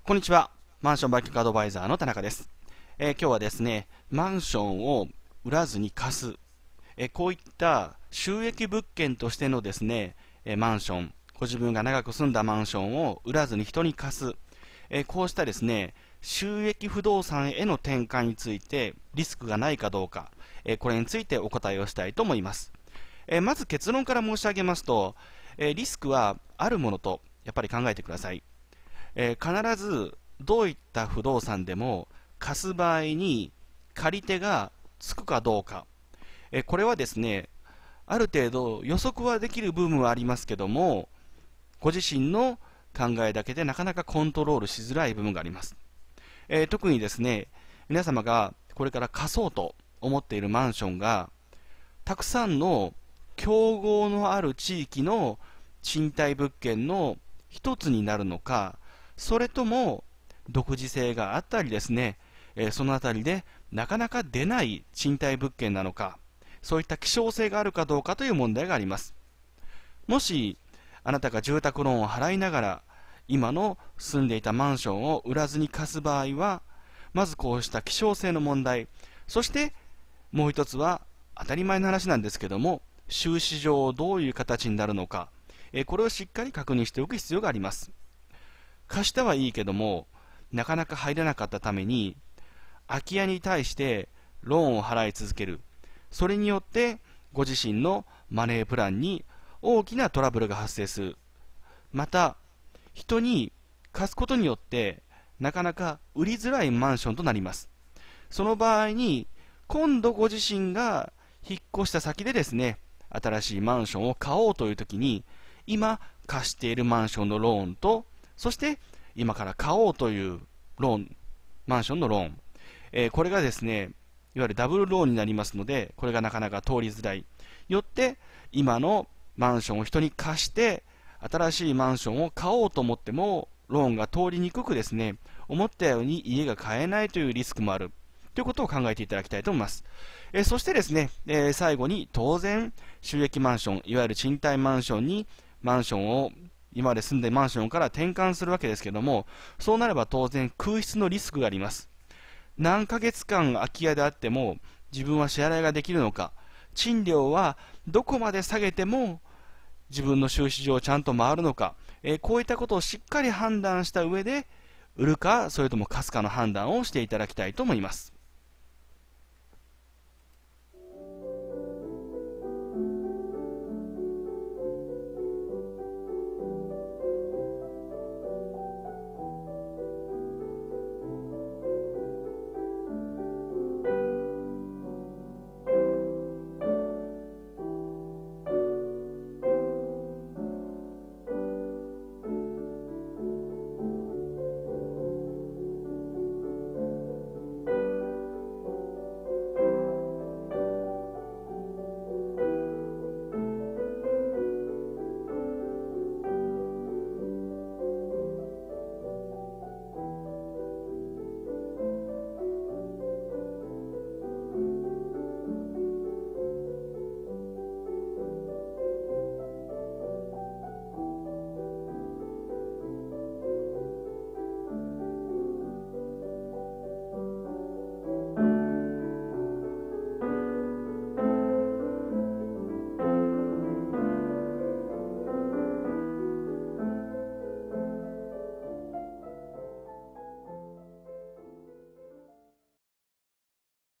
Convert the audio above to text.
こんにちは。マンション売却アドバイザーの田中です。今日はですね、マンションを売らずに貸す、こういった収益物件としてのですね、マンション、ご自分が長く住んだマンションを売らずに人に貸す、こうしたですね、収益不動産への転換についてリスクがないかどうか、これについてお答えをしたいと思います。まず結論から申し上げますと、リスクはあるものとやっぱり考えてください。必ずどういった不動産でも貸す場合に借り手がつくかどうか、これはですね、ある程度予測はできる部分はありますけども、ご自身の考えだけでなかなかコントロールしづらい部分があります。特にですね、皆様がこれから貸そうと思っているマンションがたくさんの競合のある地域の賃貸物件の一つになるのか、それとも独自性があったりですね、そのあたりでなかなか出ない賃貸物件なのか、そういった希少性があるかどうかという問題があります。もしあなたが住宅ローンを払いながら今の住んでいたマンションを売らずに貸す場合は、まずこうした希少性の問題、そしてもう一つは当たり前の話なんですけども、収支上どういう形になるのか、これをしっかり確認しておく必要があります。貸したはいいけども、なかなか入れなかったために、空き家に対してローンを払い続ける。それによって、ご自身のマネープランに大きなトラブルが発生する。また、人に貸すことによって、なかなか売りづらいマンションとなります。その場合に、今度ご自身が引っ越した先でですね、新しいマンションを買おうというときに、今貸しているマンションのローンと、そして今から買おうというローン、マンションのローン、これがですね、いわゆるダブルローンになりますので、これがなかなか通りづらい。よって、今のマンションを人に貸して、新しいマンションを買おうと思っても、ローンが通りにくくですね、思ったように家が買えないというリスクもある。ということを考えていただきたいと思います。そしてですね、最後に当然、収益マンション、いわゆる賃貸マンションにマンションを今まで住んでいるマンションから転換するわけですけども、そうなれば当然空室のリスクがあります。何ヶ月間空き家であっても自分は支払いができるのか、賃料はどこまで下げても自分の収支上ちゃんと回るのか、こういったことをしっかり判断した上で売るかそれとも貸すかの判断をしていただきたいと思います。